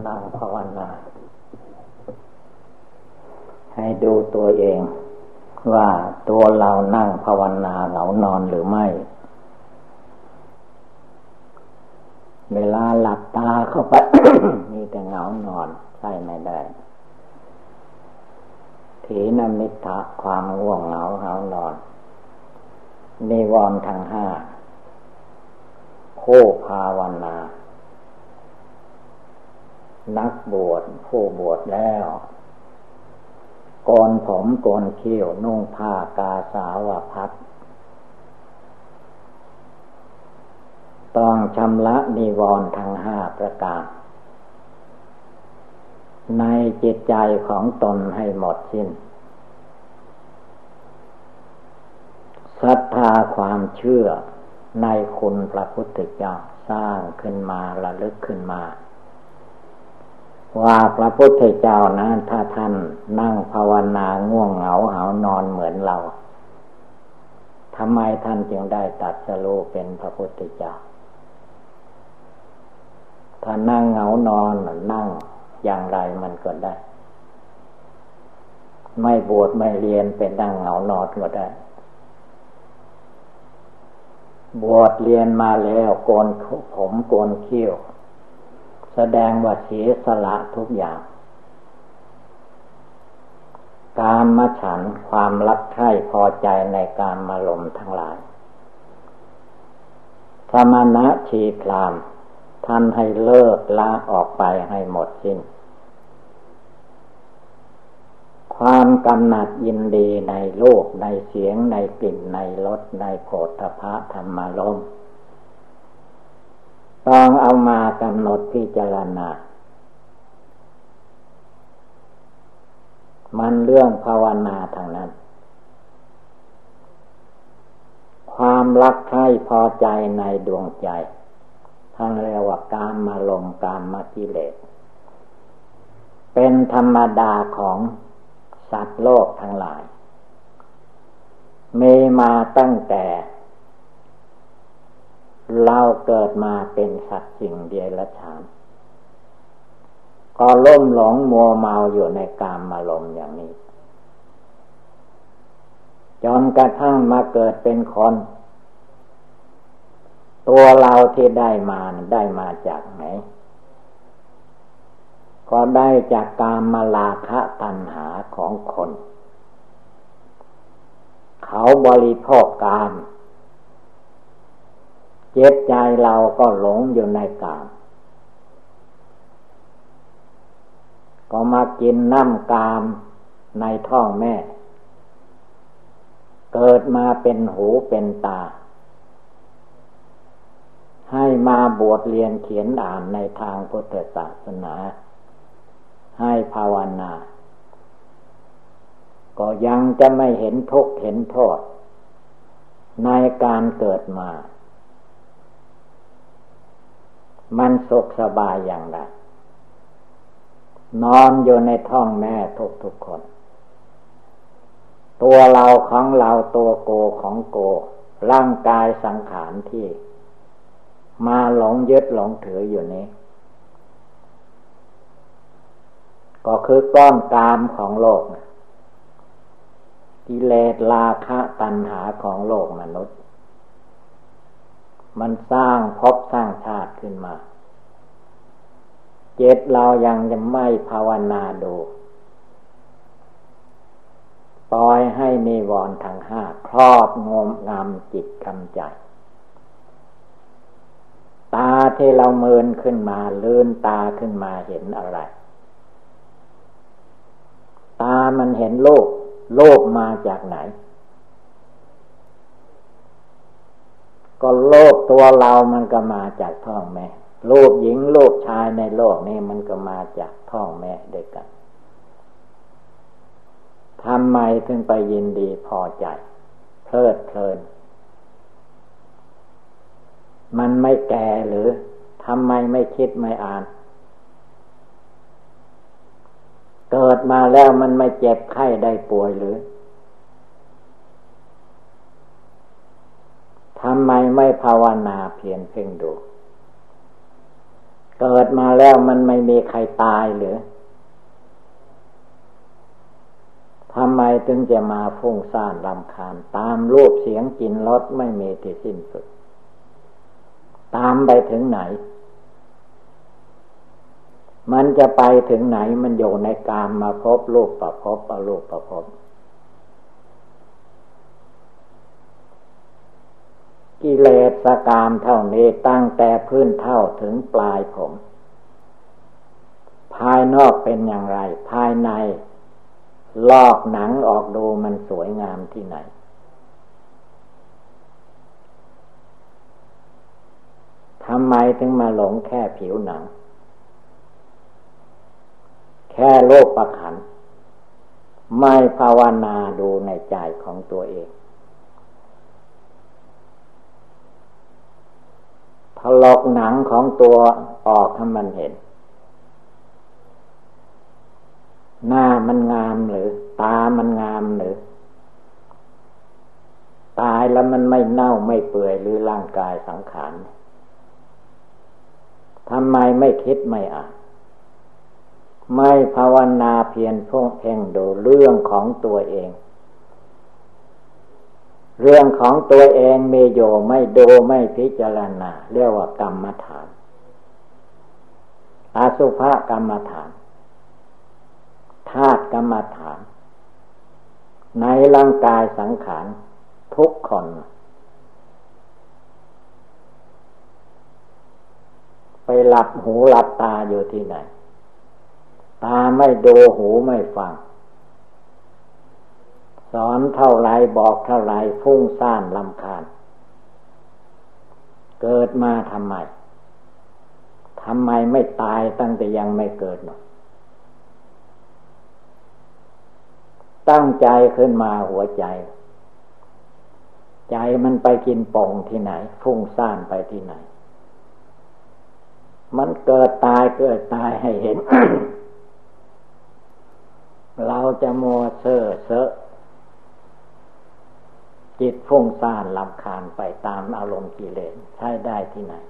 นั่งภาวนาให้ดูตัวเองว่าตัวเรานั่งภาวนาเหงานอนหรือไม่เวลาหลับตาเข้าไป มีแต่เหงานอนใช่ไม่ได้ถีนมิทธะความง่วงเหงาเหานอนนิวรณ์ทั้งห้าผู้ภาวนานักบวชผู้บวชแล้วโกนผมโกนคิ้วนุ่งผ้ากาสาวพัสต้องชำระนิวรณ์ทั้งห้าประการในจิตใจของตนให้หมดสิ้นศรัทธาความเชื่อในคุณพระพุทธเจ้าสร้างขึ้นมาระลึกขึ้นมาว่าพระพุทธเจ้านั้นถ้าท่านนั่งภาวนาง่วงเหงาหาวนอนเหมือนเราทำไมท่านจึงได้ตรัสรู้เป็นพระพุทธเจ้าถ้านั่งเหงานอนนั่งอย่างไรมันก็ได้ไม่บวชไม่เรียนเป็นนั่งเหงานอนก็ได้บวชเรียนมาแล้วโกนผมโกนคิ้วแสดงว่าเสียสละทุกอย่างกามฉันท์ความรักใคร่พอใจในกามารมณ์ทั้งหลายสมณะชีพราหมณ์ท่านให้เลิกละออกไปให้หมดสิ้นความกำหนัดยินดีในรูปในเสียงในกลิ่นในรสในโผฏฐัพพะธรรมารมณ์ต้องเอามากำหนดพิจารณามันเรื่องภาวนาทางนั้นความรักใคร่พอใจในดวงใจท่านเรียกว่ากามารมณ์กามกิเลสเป็นธรรมดาของสัตว์โลกทั้งหลายมีมาตั้งแต่เราเกิดมาเป็นสัตว์สิ่งเดียรัจฉานก็ลุ่มหลงมัวเมาอยู่ในกามารมณ์อย่างนี้จนกระทั่งมาเกิดเป็นคนตัวเราที่ได้มาจากไหนก็ได้จากกามราคะตัณหาของคนเขาบริโภคกามเจ็บใจเราก็หลงอยู่ในกามก็มากินน้ำกามในท้องแม่เกิดมาเป็นหูเป็นตาให้มาบวชเรียนเขียนอ่านในทางพุทธศาสนาให้ภาวนาก็ยังจะไม่เห็นทุกข์เห็นโทษในการเกิดมามันสุขสบายอย่างไรนอนอยู่ในท้องแม่ทุกคนตัวเราของเราตัวโกของโกร่างกายสังขารที่มาหลงยึดหลงถืออยู่นี้ก็คือก้อนกามของโลกกิเลสราคะตัณหาของโลกมนุษย์มันสร้างภพสร้างชาติขึ้นมาจิตเรายังจะไม่ภาวนาดูปล่อยให้นิวรณ์ทั้งห้าครอบงำจิตกำใจตาที่เราเมินขึ้นมาลืมตาขึ้นมาเห็นอะไรตามันเห็นโลกมาจากไหนก็โลกตัวเรามันก็มาจากท้องแม่ลูกหญิงลูกชายในโลกนี้มันก็มาจากท้องแม่ด้วยกันทำไมถึงไปยินดีพอใจเพลิดเพลินมันไม่แก่หรือทำไมไม่คิดไม่อ่านเกิดมาแล้วมันไม่เจ็บไข้ได้ป่วยหรือทำไมไม่ภาวนาเพียรเพ่งดูเกิดมาแล้วมันไม่มีใครตายหรือทำไมถึงจะมาฟุ้งซ่านรำคาญตามรูปเสียงกลิ่นรสไม่มีที่สิ้นสุดตามไปถึงไหนมันจะไปถึงไหนมันอยู่ในกามมาพบรูปประพบอรูปประพบกิเลสกามเท่านี้ตั้งแต่พื้นเท่าถึงปลายผมภายนอกเป็นอย่างไรภายในลอกหนังออกดูมันสวยงามที่ไหนทำไมถึงมาหลงแค่ผิวหนังแค่โลกประขันไม่ภาวนาดูในใจของตัวเองถลกหนังของตัวออกให้มันเห็นหน้ามันงามหรือตามันงามหรือตายแล้วมันไม่เน่าไม่เปื่อยหรือร่างกายสังขารทำไมไม่คิดไม่อ่านไม่ภาวนาเพียรเพ่งดูเรื่องของตัวเองเรื่องของตัวเองมีอยู่ไม่ดูไม่พิจารณาเรียกว่ากรรมฐานอสุภกรรมฐานธาตุกรรมฐานในร่างกายสังขารทุกคนไปหลับหูหลับตาอยู่ที่ไหนตาไม่ดูหูไม่ฟังสอนเท่าไรบอกเท่าไรฟุ้งซ่านรำคาญเกิดมาทำไมไม่ตายตั้งแต่ยังไม่เกิดหรอกตั้งใจขึ้นมาหัวใจใจมันไปกินป่องที่ไหนฟุ้งซ่านไปที่ไหนมันเกิดตายให้เห็น เราจะมัวเซ่อเซอะจิตฟุ้งซ่านรำคาญไปตามอารมณ์กิเลสใช้ได้ที่ไหน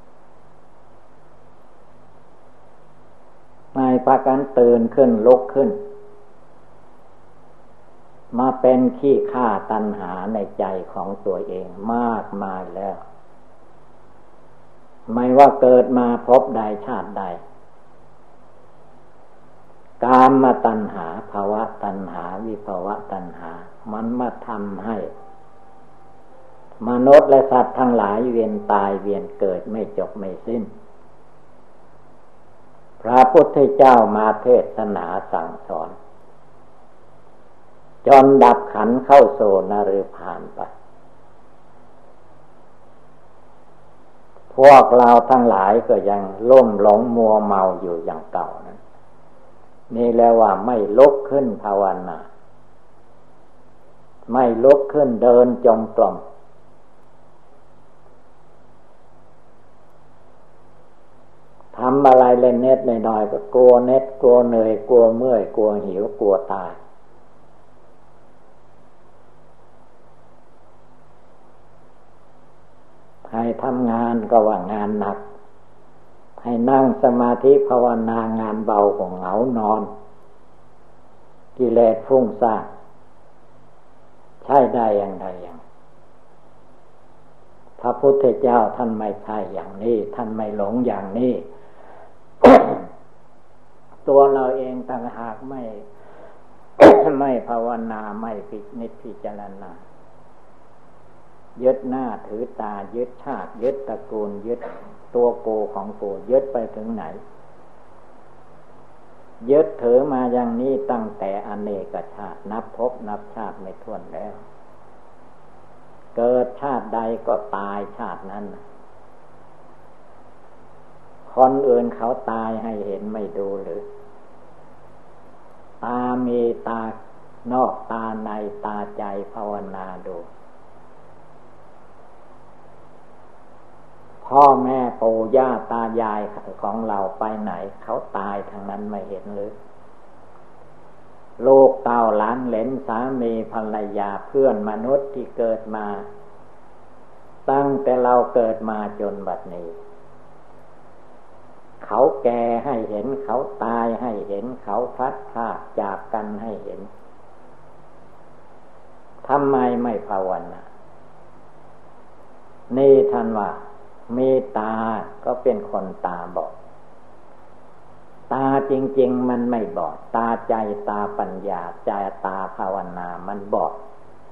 ไม่พากันตื่นขึ้นลุกขึ้นมาเป็นขี้ข้าตัณหาในใจของตัวเองมากมายแล้วไม่ว่าเกิดมาพบใดชาติใดกามตัณหาภวตัณหาวิภวตัณหามันมาทำให้มนุษย์และสัตว์ทั้งหลายเวียนตายเวียนเกิดไม่จบไม่สิ้นพระพุทธเจ้ามาเทศนาสั่งสอนจนดับขันธ์เข้าโสนฤพานไปพวกเราทั้งหลายก็ยังลุ่มหลงมัวเมาอยู่อย่างเก่านั้นนี่แล้วว่าไม่ลุกขึ้นภาวนาไม่ลุกขึ้นเดินจงกรมทำอะไรเล่นเน็ดหน่อยๆก็กลัวเน็ดกลัวเหนื่อยกลัวเมื่อยกลัวหิวกลัวตายให้ทำงานก็ว่างานหนักให้นั่งสมาธิภาวนางานเบาของเหงานอนกิเลสฟุ้งซ่านใช่ได้อย่างไรอย่างพระพุทธเจ้าท่านไม่ใช่อย่างนี้ท่านไม่หลงอย่างนี้ ตัวเราเองต่างหากไม่ ไม่ภาวนาไม่พิจารณายึดหน้าถือตายึดชาติยึดตระกูลยึดตัวโกของโกยึดไปถึงไหนยึดถือมาอย่างนี้ตั้งแต่อเนกชาตินับภพนับชาติไม่ถ้วนแล้วเกิดชาติใดก็ตายชาตินั้นคนอื่นเขาตายให้เห็นไม่ดูหรือตามีตานอกตาในตาใจภาวนาดูพ่อแม่ปู่ย่าตายายของเราไปไหนเขาตายทางนั้นไม่เห็นหรือลูกเต้าหลานเหลนสามีภรรยาเพื่อนมนุษย์ที่เกิดมาตั้งแต่เราเกิดมาจนบัดนี้เขาแก่ให้เห็นเขาตายให้เห็นเขาพลัดพรากจากกันให้เห็นทำไมไม่ภาวนานี่ท่านว่ามีตาก็เป็นคนตาบอดตาจริงๆมันไม่บอดตาใจตาปัญญาใจตาภาวนามันบอด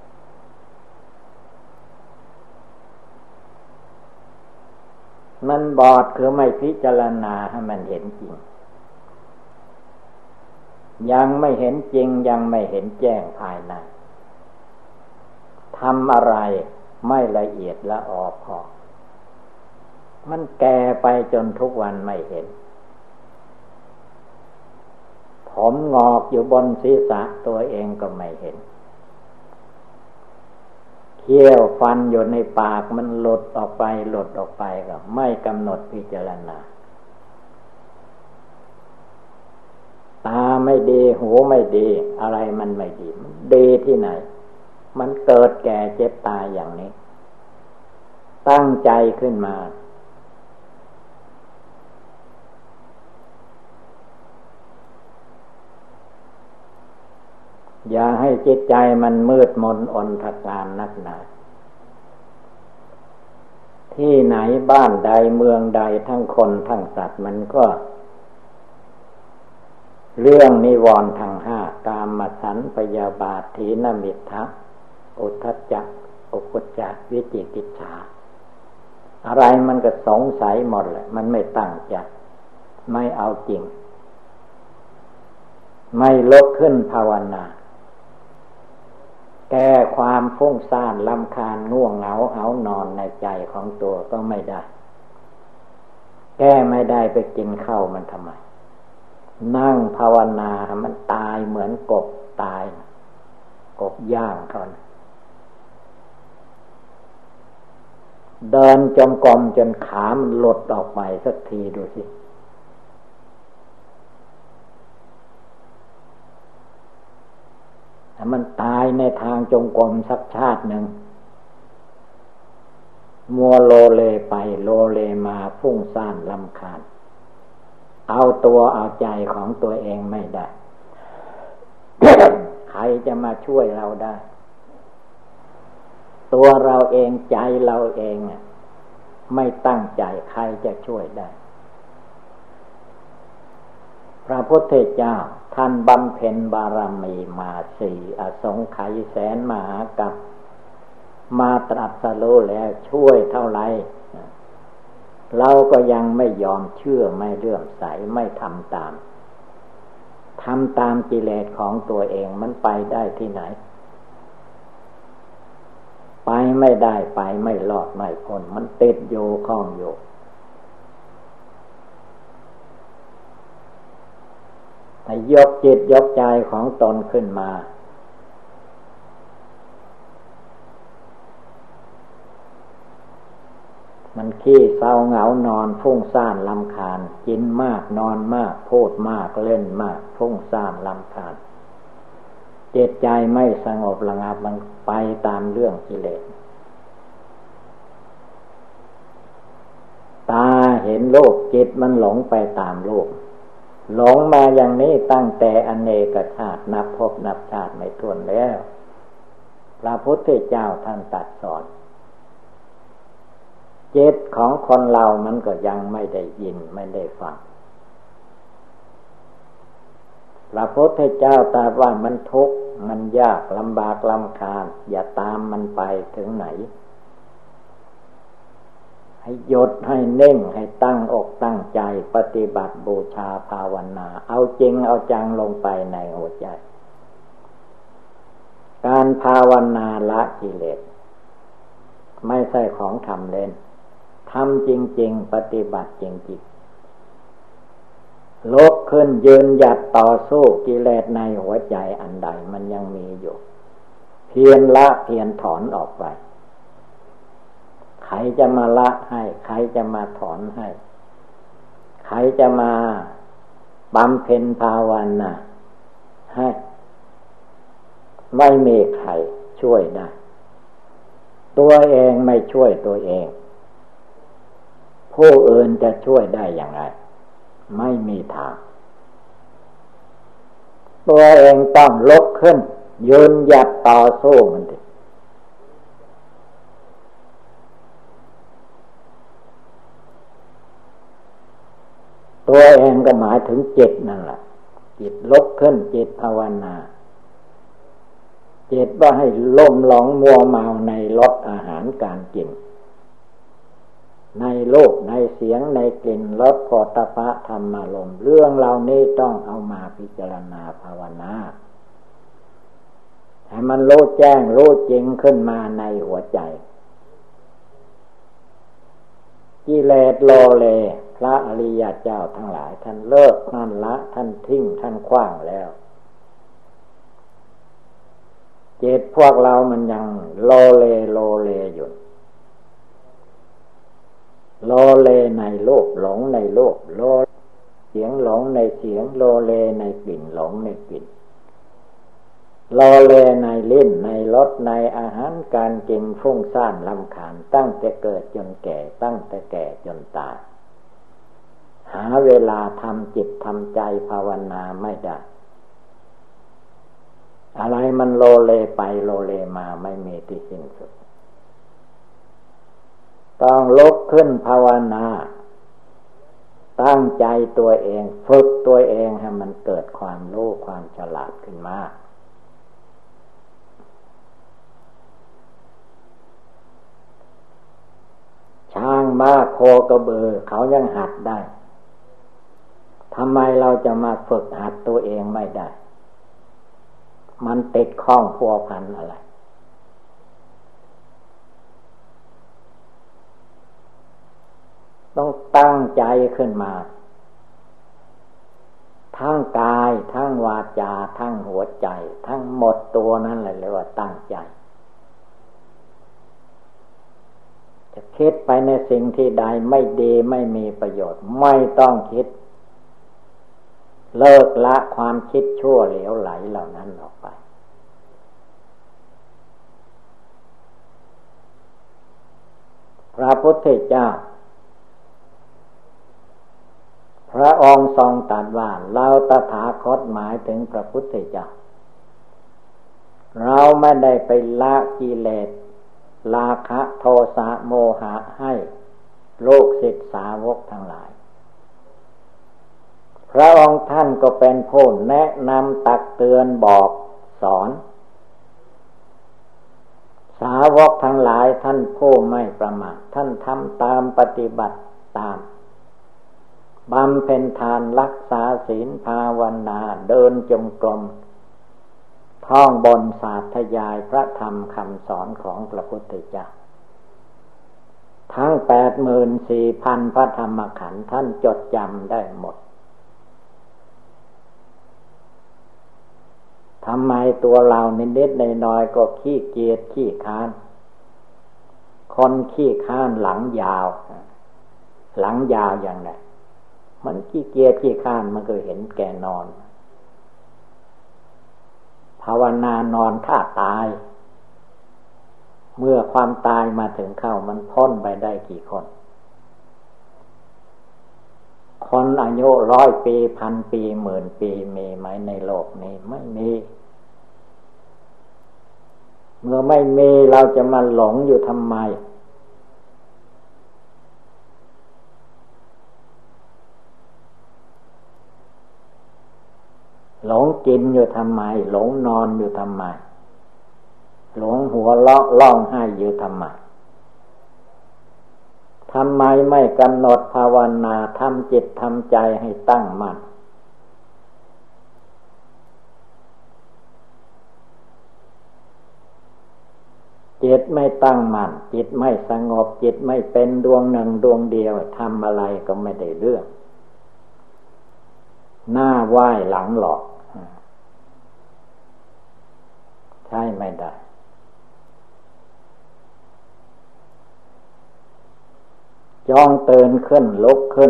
มันบอดคือไม่พิจารณาให้มันเห็นจริงยังไม่เห็นจริงยังไม่เห็นแจ้งภายในทำอะไรไม่ละเอียดละออพอมันแก่ไปจนทุกวันไม่เห็นผมงอกอยู่บนศีรษะตัวเองก็ไม่เห็นเขี้ยวฟันอยู่ในปากมันหลุดออกไปก็ไม่กำหนดพิจารณาตาไม่ดีหูไม่ดีอะไรมันไม่ดีมันดีที่ไหนมันเกิดแก่เจ็บตายอย่างนี้ตั้งใจขึ้นมาอย่าให้จิตใจมันมืดมนอนทการนักหนาที่ไหนบ้านใดเมืองใดทั้งคนทั้งสัตว์มันก็เรื่องนิวรณ์ทั้งห้ากามฉันท์พยาบาทถีนมิทธะอุทธัจจะอุกุจจะวิจิกิจฉาอะไรมันก็สงสัยหมดเลยมันไม่ตั้งใจไม่เอาจริงไม่ลุกขึ้นภาวนาแก้ความฟุ้งซ่านรำคาญง่วงเหงาหานอนในใจของตัวก็ไม่ได้แก้ไม่ได้ไปกินข้าวมันทำไมนั่งภาวนามันตายเหมือนกบตายกบย่างเขานะเดินจมกรมจนขามันหลุดออกไปสักทีดูสิถ้ามันตายในทางจงกรมสักชาติหนึ่งมัวโลเลไปโลเลมาฟุ้งซ่านรำคาญเอาตัวเอาใจของตัวเองไม่ได้ ใครจะมาช่วยเราได้ตัวเราเองใจเราเองไม่ตั้งใจใครจะช่วยได้พระพุทธเจ้าท่านบำเพ็ญบารมีมา4อสงไขยแสนมหากัปมาตรัสรู้แล้วช่วยเท่าไรเราก็ยังไม่ยอมเชื่อไม่เลื่อมใสไม่ทำตามกิเลสของตัวเองมันไปได้ที่ไหนไปไม่ได้ไปไม่รอดไม่พ้นมันติดอยู่ข้องอยู่แต่ยกจิตยกใจของตนขึ้นมามันขี้เศร้าเหงานอนฟุ้งซ่านรำคาญกินมากนอนมากพูดมากเล่นมากฟุ้งซ่านรำคาญจิตใจไม่สงบระงับมันไปตามเรื่องกิเลสตาเห็นโลกจิตมันหลงไปตามโลกหลงมาอย่างนี้ตั้งแต่อเนกชาตินับภพนับชาติไม่ถ้วนแล้วพระพุทธเจ้าท่านตรัสสอนจิตของคนเรามันก็ยังไม่ได้ยินไม่ได้ฟังพระพุทธเจ้าตรัสว่ามันทุกข์มันยากลำบากรำคาญอย่าตามมันไปถึงไหนให้หยุดให้เน่งให้ตั้งอกตั้งใจปฏิบัติบูชาภาวนาเอาจริงเอาจังลงไปในหัวใจการภาวนาละกิเลสไม่ใช่ของทำเล่นทำจริงๆปฏิบัติจริงๆลุกขึ้นยืนหยัดต่อสู้กิเลสในหัวใจอันใดมันยังมีอยู่เพียรละเพียรถอนออกไปใครจะมาละให้ใครจะมาถอนให้ใครจะมาบำเพ็ญภาวนาให้ไม่มีใครช่วยได้ตัวเองไม่ช่วยตัวเองผู้อื่นจะช่วยได้อย่างไรไม่มีทางตัวเองต้องลุกขึ้นยืนหยัดต่อสู้มันดิตัวเองก็หมายถึงจิตนั่นแหละจิตลุกขึ้นจิตภาวนาจิตว่าให้ล่มหลงมัวเมาในรสอาหารการกินในรูปในเสียงในกลิ่นรสโผฏฐัพพะธรรมารมณ์เรื่องเหล่านี้ต้องเอามาพิจารณาภาวนาให้มันรู้แจ้งรู้จริงขึ้นมาในหัวใจกิเลสโลเลพระอริยเจ้าทั้งหลายท่านเลิกท่านละท่านทิ้งท่านขว้างแล้วจิตพวกเรามันยังโลเลอยู่โลเลในโลกหลงในโลกโลเสียงหลงในเสียงโลเลในกลิ่นหลงในกลิ่นโลเลในลิ้นในรสในอาหารการกินฟุ้งซ่านรำคาญตั้งแต่เกิดจนแก่ตั้งแต่แก่จนตายหาเวลาทำจิตทำใจภาวนาไม่ได้อะไรมันโลเลไปโลเลมาไม่มีที่สิ้นสุดต้องลุกขึ้นภาวนาตั้งใจตัวเองฝึกตัวเองให้มันเกิดความรู้ความฉลาดขึ้นมาช้างม้าโคกระบือเขายังหัดได้ทำไมเราจะมาฝึกหัดตัวเองไม่ได้มันติดข้องพัวพันอะไรต้องตั้งใจขึ้นมาทั้งกายทั้งวาจาทั้งหัวใจทั้งหมดตัวนั่นแหละเรียกว่าตั้งใจจะคิดไปในสิ่งที่ใดไม่ดีไม่มีประโยชน์ไม่ต้องคิดเลิกละความคิดชั่วเหลวไหลเหล่านั้นออกไปพระพุทธเจ้าพระองค์ทรงตรัสว่าเราตถาคตหมายถึงพระพุทธเจ้าเราไม่ได้ไปละกิเลสราคะโทสะโมหะให้ลูกศิษย์สาวกทั้งหลายพระองค์ท่านก็เป็นผู้แนะนำตักเตือนบอกสอนสาวกทั้งหลายท่านผู้ไม่ประมาทท่านทำตามปฏิบัติตามบำเพ็ญทานรักษาศีลภาวนาเดินจงกรมท่องบนสาธยายพระธรรมคำสอนของพระพุทธเจ้าทั้ง 84,000 พระธรรมขันธ์ท่านจดจำได้หมดทำไมตัวเรานิดๆน้อยๆก็ขี้เกียจขี้ค้านคนขี้ค้านหลังยาวอย่างไรมันขี้เกียจขี้ค้านมันก็เห็นแก่นอนภาวนานอนท่าตายเมื่อความตายมาถึงเข้ามันพ้นไปได้กี่คนคนอายุ100 ปี1,000 ปี10,000 ปีมีไหมในโลกนี้ไม่มีเมื่อไม่มีเราจะมาหลงอยู่ทำไมหลงกินอยู่ทำไมหลงนอนอยู่ทำไมหลงหัวเราะร้องไห้อยู่ทำไมไม่กำหนดภาวนาทำจิตทำใจให้ตั้งมั่นจิตไม่ตั้งมั่นจิตไม่สงบจิตไม่เป็นดวงหนึ่งดวงเดียวทำอะไรก็ไม่ได้เรื่องหน้าไหว้หลังหลอกใช่ไม่ได้จองเตือนขึ้นลุกขึ้น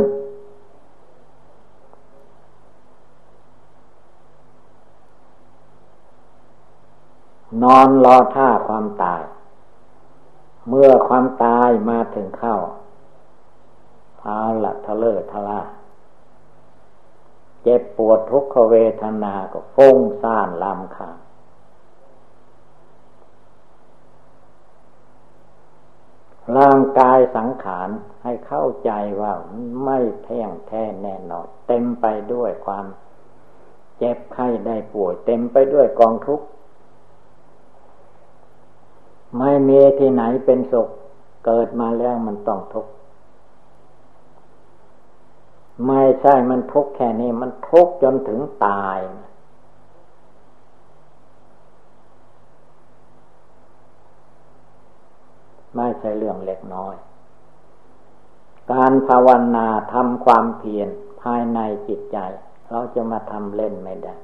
นอนรอท่าความตายเมื่อความตายมาถึงเข้าเอาละทะเลทะล่าเจ็บปวดทุกขเวทนาก็ฟุ้งซ่านรำคาญร่างกายสังขารให้เข้าใจว่าไม่แท้งแท้แน่นอนเต็มไปด้วยความเจ็บไข้ได้ป่วยเต็มไปด้วยกองทุกข์ไม่มีที่ไหนเป็นสุขเกิดมาแล้วมันต้องทุกข์ไม่ใช่มันทุกข์แค่นี้มันทุกข์จนถึงตายไม่ใช่เรื่องเล็กน้อยการภาวนาทำความเพียรภายในจิตใจเราจะมาทำเล่นไม่ได้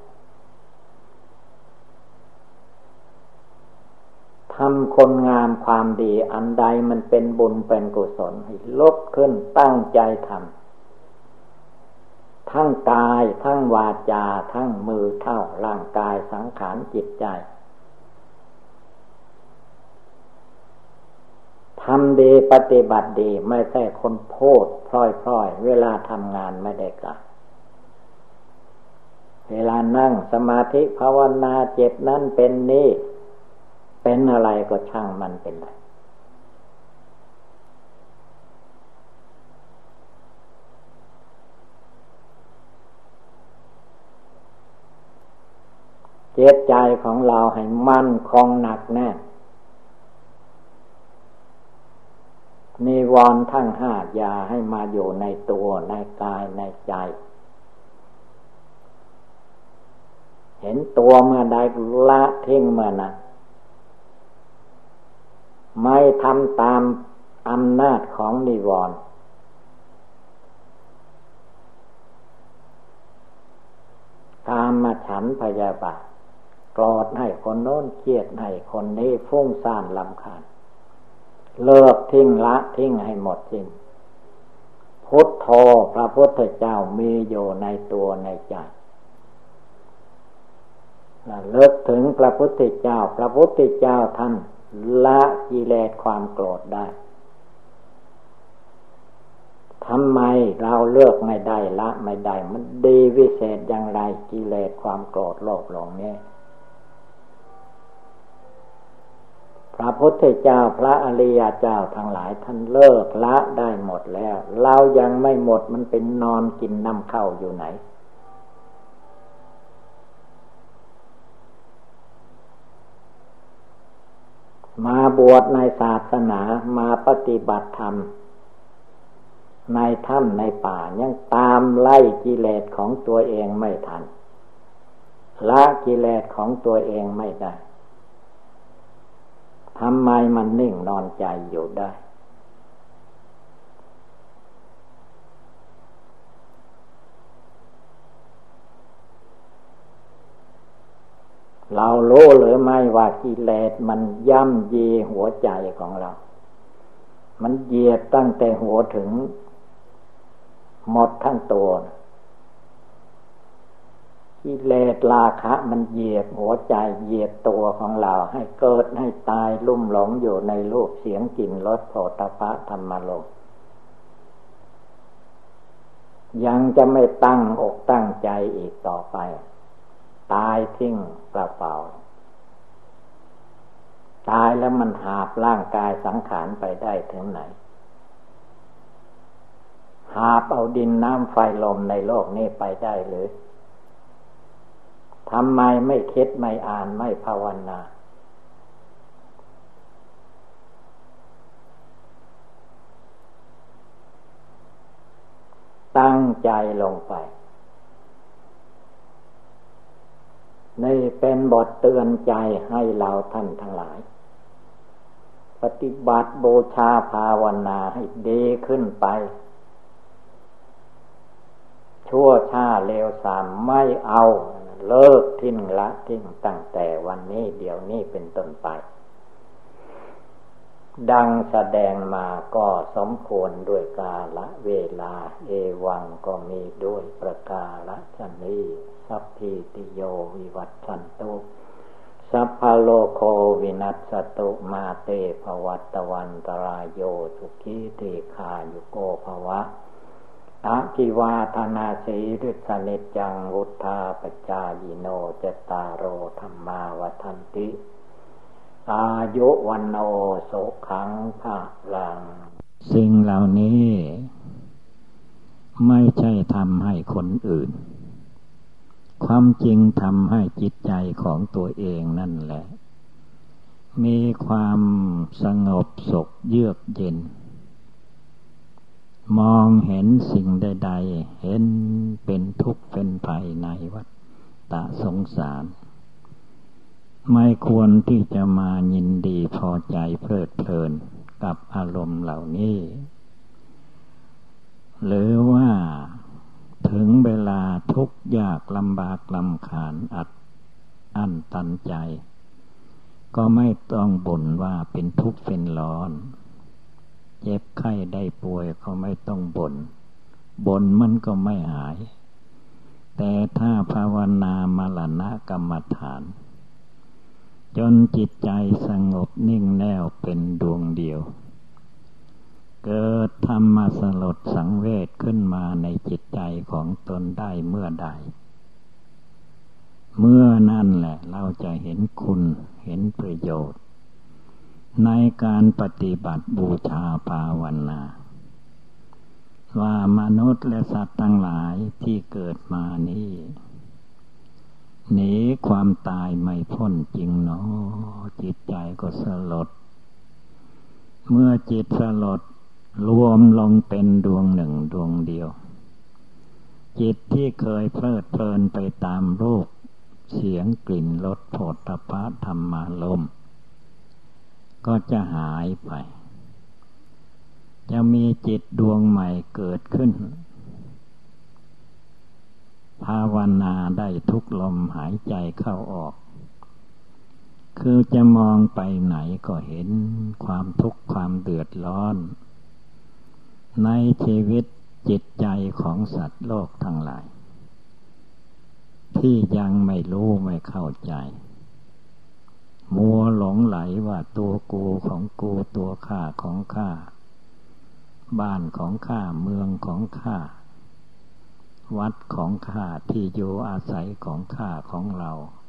ทำคนงามความดีอันใดมันเป็นบุญเป็นกุศลให้ลุกขึ้นตั้งใจทำทั้งกายทั้งวาจาทั้งมือเท่าร่างกายสังขารจิตใจทำดีปฏิบัติดีไม่ใช่คนพูดพล่อยๆเวลาทำงานไม่ได้กะเวลานั่งสมาธิภาวนาเจ็บนั้นเป็นนี้เป็นอะไรก็ช่างมันเป็นไรเจตใจของเราให้มั่นคงหนักแน่นนิวรณ์ทั้งห้าอย่าให้มาอยู่ในตัวในกายในใจเห็นตัวเมื่อใดละทิ้งเมื่อนั้นไม่ทำตามอำนาจของนิวรณ์กามฉันท์พยาบาทโกรธให้คนโน้นเครียดให้คนนี้ฟุ้งซ่านรำคาญเลิกทิ้งละทิ้งให้หมดสิ้นพุทโธพระพุทธเจ้ามีอยู่ในตัวในใจเลิกถึงพระพุทธเจ้าพระพุทธเจ้าท่านละกิเลสความโกรธได้ทำไมเราเลือกไม่ได้ละไม่ได้มันดีวิเศษอย่างไรกิเลสความโกรธโลภหลงนี้พระพุทธเจ้าพระอริยเจ้าทั้งหลายท่านเลิกละได้หมดแล้วเรายังไม่หมดมันเป็นนอนกินน้ำเข้าอยู่ไหนมาบวชในศาสนามาปฏิบัติธรรมในถ้ำในป่ายังตามไล่กิเลสของตัวเองไม่ทันละกิเลสของตัวเองไม่ได้ทำไมมันนิ่งนอนใจอยู่ได้เรารู้หรือไม่ว่ากิเลสมันย่ำยีหัวใจของเรามันเหยียบตั้งแต่หัวถึงหมดทั้งตัวกิเลสราคะมันเหยียบหัวใจเหยียบตัวของเราให้เกิดให้ตายลุ่มหลงอยู่ในรูปเสียงกลิ่นรสโผฏฐัพพะธรรมารมณ์ยังจะไม่ตั้งอกตั้งใจอีกต่อไปตายทิ้งเปล่าๆตายแล้วมันหาบร่างกายสังขารไปได้ถึงไหนหาบเอาดินน้ำไฟลมในโลกนี้ไปได้หรือทำไมไม่คิดไม่อ่านไม่ภาวนาตั้งใจลงไปนี่เป็นบทเตือนใจให้เราท่านทั้งหลายปฏิบัติบูชาภาวนาให้ดีขึ้นไปชั่วช้าเลวทรามไม่เอาเลิกทิ้งละทิ้งตั้งแต่วันนี้เดี๋ยวนี้เป็นต้นไปดังแสดงมาก็สมควรด้วยกาลเวลาเอวังก็มีด้วยประกาศนี้สัพพิติโยวิวัตชันตุสัพพะโลกโควินัสสตุมาเตภวัตวันตรายโยสุขีติขายุโกภวะอาคิวาธนาสีริสนิจจังวุธาปจายโนจตารโอธรรมาวัฏันติอายุวันโนสุขังภะลังสิ่งเหล่านี้ไม่ใช่ทำให้คนอื่นความจริงทำให้จิตใจของตัวเองนั่นแหละมีความสงบสุขเยือกเย็นมองเห็นสิ่งใดๆเห็นเป็นทุกข์เป็นภัยในวัฏสงสารไม่ควรที่จะมายินดีพอใจเพลิดเพลินกับอารมณ์เหล่านี้หรือว่าถึงเวลาทุกข์ยากลำบากลำคาญอั้นตันใจก็ไม่ต้องบ่นว่าเป็นทุกข์เป็นร้อนเจ็บไข้ได้ป่วยก็ไม่ต้องบ่นมันก็ไม่หายแต่ถ้าภาวนามรณกรรมฐานจนจิตใจสงบนิ่งแน่วเป็นดวงเดียวเกิดธรรมสลดสังเวชขึ้นมาในจิตใจของตนได้เมื่อใดเมื่อนั่นแหละเราจะเห็นคุณเห็นประโยชน์ในการปฏิบัติบูชาภาวนาว่ามนุษย์และสัตว์ทั้งหลายที่เกิดมานี้หนีความตายไม่พ้นจริงเนาะจิตใจก็สลดเมื่อจิตสลดรวมลงเป็นดวงหนึ่งดวงเดียวจิตที่เคยเพลิดเพลินไปตามรูปเสียงกลิ่นรสโผฏฐัพพะธรรมารมณ์ก็จะหายไปจะมีจิตดวงใหม่เกิดขึ้นภาวนาได้ทุกลมหายใจเข้าออกคือจะมองไปไหนก็เห็นความทุกข์ความเดือดร้อนในชีวิตจิตใจของสัตว์โลกทั้งหลายที่ยังไม่รู้ไม่เข้าใจมัวหลงไหลว่าตัวกูของกูตัวข้าของข้าบ้านของข้าเมืองของข้าวัดของข้าที่อยู่อาศัยของข้าของเรา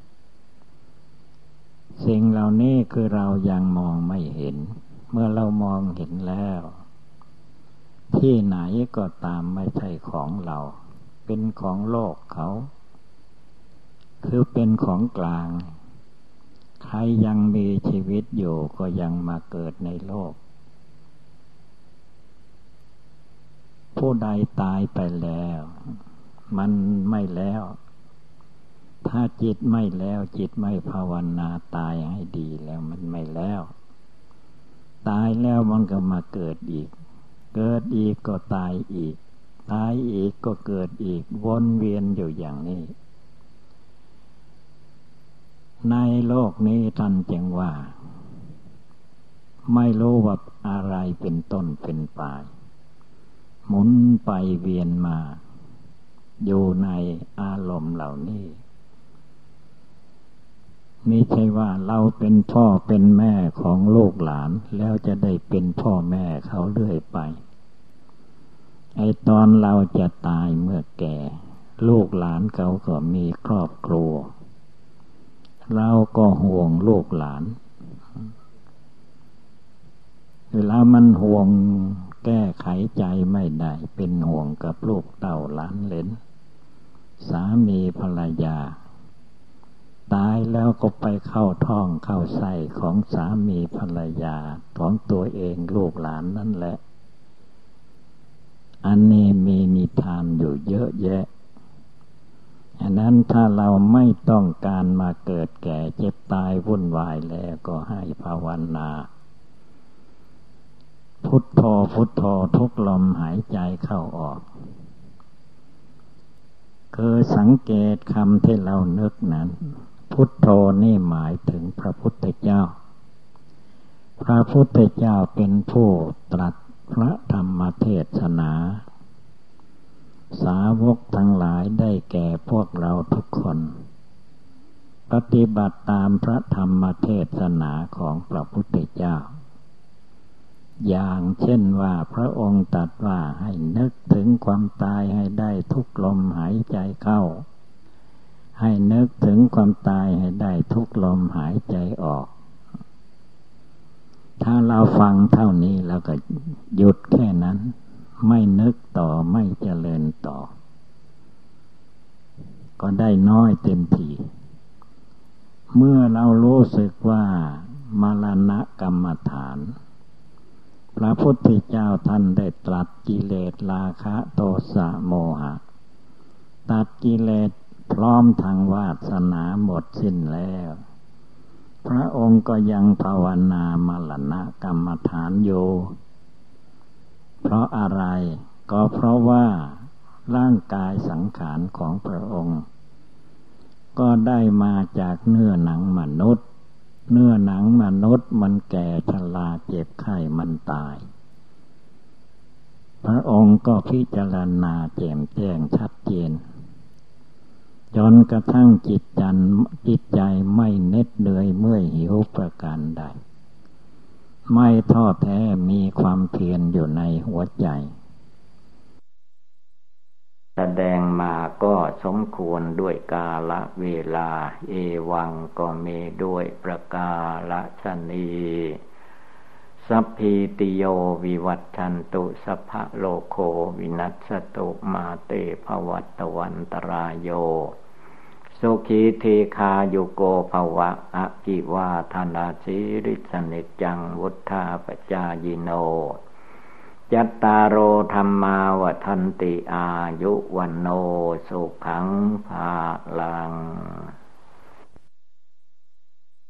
สิ่งเหล่านี้คือเรายังมองไม่เห็นเมื่อเรามองเห็นแล้วที่ไหนก็ตามไม่ใช่ของเราเป็นของโลกเขาคือเป็นของกลางใครยังมีชีวิตอยู่ก็ยังมาเกิดในโลกผู้ใดตายไปแล้วมันไม่แล้วถ้าจิตไม่แล้วจิตไม่ภาวนาตายให้ดีแล้วมันไม่แล้วตายแล้วมันก็มาเกิดอีกเกิดอีกก็ตายอีกตายอีกก็เกิดอีกวนเวียนอยู่อย่างนี้ในโลกนี้ท่านจึงว่าไม่รู้ว่าอะไรเป็นต้นเป็นปลายหมุนไปเวียนมาอยู่ในอารมณ์เหล่านี้ไม่ใช่ว่าเราเป็นพ่อเป็นแม่ของลูกหลานแล้วจะได้เป็นพ่อแม่เขาเรื่อยไปไอ้ตอนเราจะตายเมื่อแก่ลูกหลานเขาก็มีครอบครัวเราก็ห่วงลูกหลานเวลามันห่วงแก้ไขใจไม่ได้เป็นห่วงกับลูกเต้าหลานเหลนสามีภรรยาตายแล้วก็ไปเข้าท้องเข้าไส้ของสามีภรรยาของตัวเองลูกหลานนั่นแหละอันนี้มีนิทานอยู่เยอะแยะอันนั้นถ้าเราไม่ต้องการมาเกิดแก่เจ็บตายวุ่นวายแล้วก็ให้ภาวนาพุทโธพุทโธทุกลมหายใจเข้าออกคือสังเกตคำที่เรานึกนั้นพุทโธนี่หมายถึงพระพุทธเจ้าพระพุทธเจ้าเป็นผู้ตรัสพระธรรมเทศนาสาวกทั้งหลายได้แก่พวกเราทุกคนปฏิบัติตามพระธรรมเทศนาของพระพุทธเจ้าอย่างเช่นว่าพระองค์ตรัสว่าให้นึกถึงความตายให้ได้ทุกลมหายใจเข้าให้นึกถึงความตายให้ได้ทุกลมหายใจออกถ้าเราฟังเท่านี้แล้วก็หยุดแค่นั้นไม่นึกต่อไม่เจริญต่อก็ได้น้อยเต็มทีเมื่อเรารู้สึกว่ามรณะกรรมฐานพระพุทธเจ้าท่านได้ตรัสกิเลสราคะโทสะโมหะตัดกิเลสพร้อมทางวาสนาหมดสิ้นแล้วพระองค์ก็ยังภาวนามรณะกรรมฐานอยู่เพราะอะไรก็เพราะว่าร่างกายสังขารของพระองค์ก็ได้มาจากเนื้อหนังมนุษย์เนื้อหนังมนุษย์มันแก่ชราเจ็บไข้มันตายพระองค์ก็พิจารณาแจ่มแจ้งชัดเจนจนกระทั่งจิตใจไม่เหน็ดเหนื่อยเมื่อยหิวประการใดไม่ท้อแท้มีความเพียรอยู่ในหัวใจแสดงมาก็สมควรด้วยกาลเวลาเอวังก็มีด้วยประกาศนีสัพพิติโยวิวัตชันตุสัพพะโลกโควินัสสตุมาเตภวัตวันตรายโยสุขีเทคายุโกภวะอะกิวาธนาสิริสนิจจังวุฒาปจายโนจัตตารโอธรรมาวัฏันติอายุวันโนสุขังภาลัง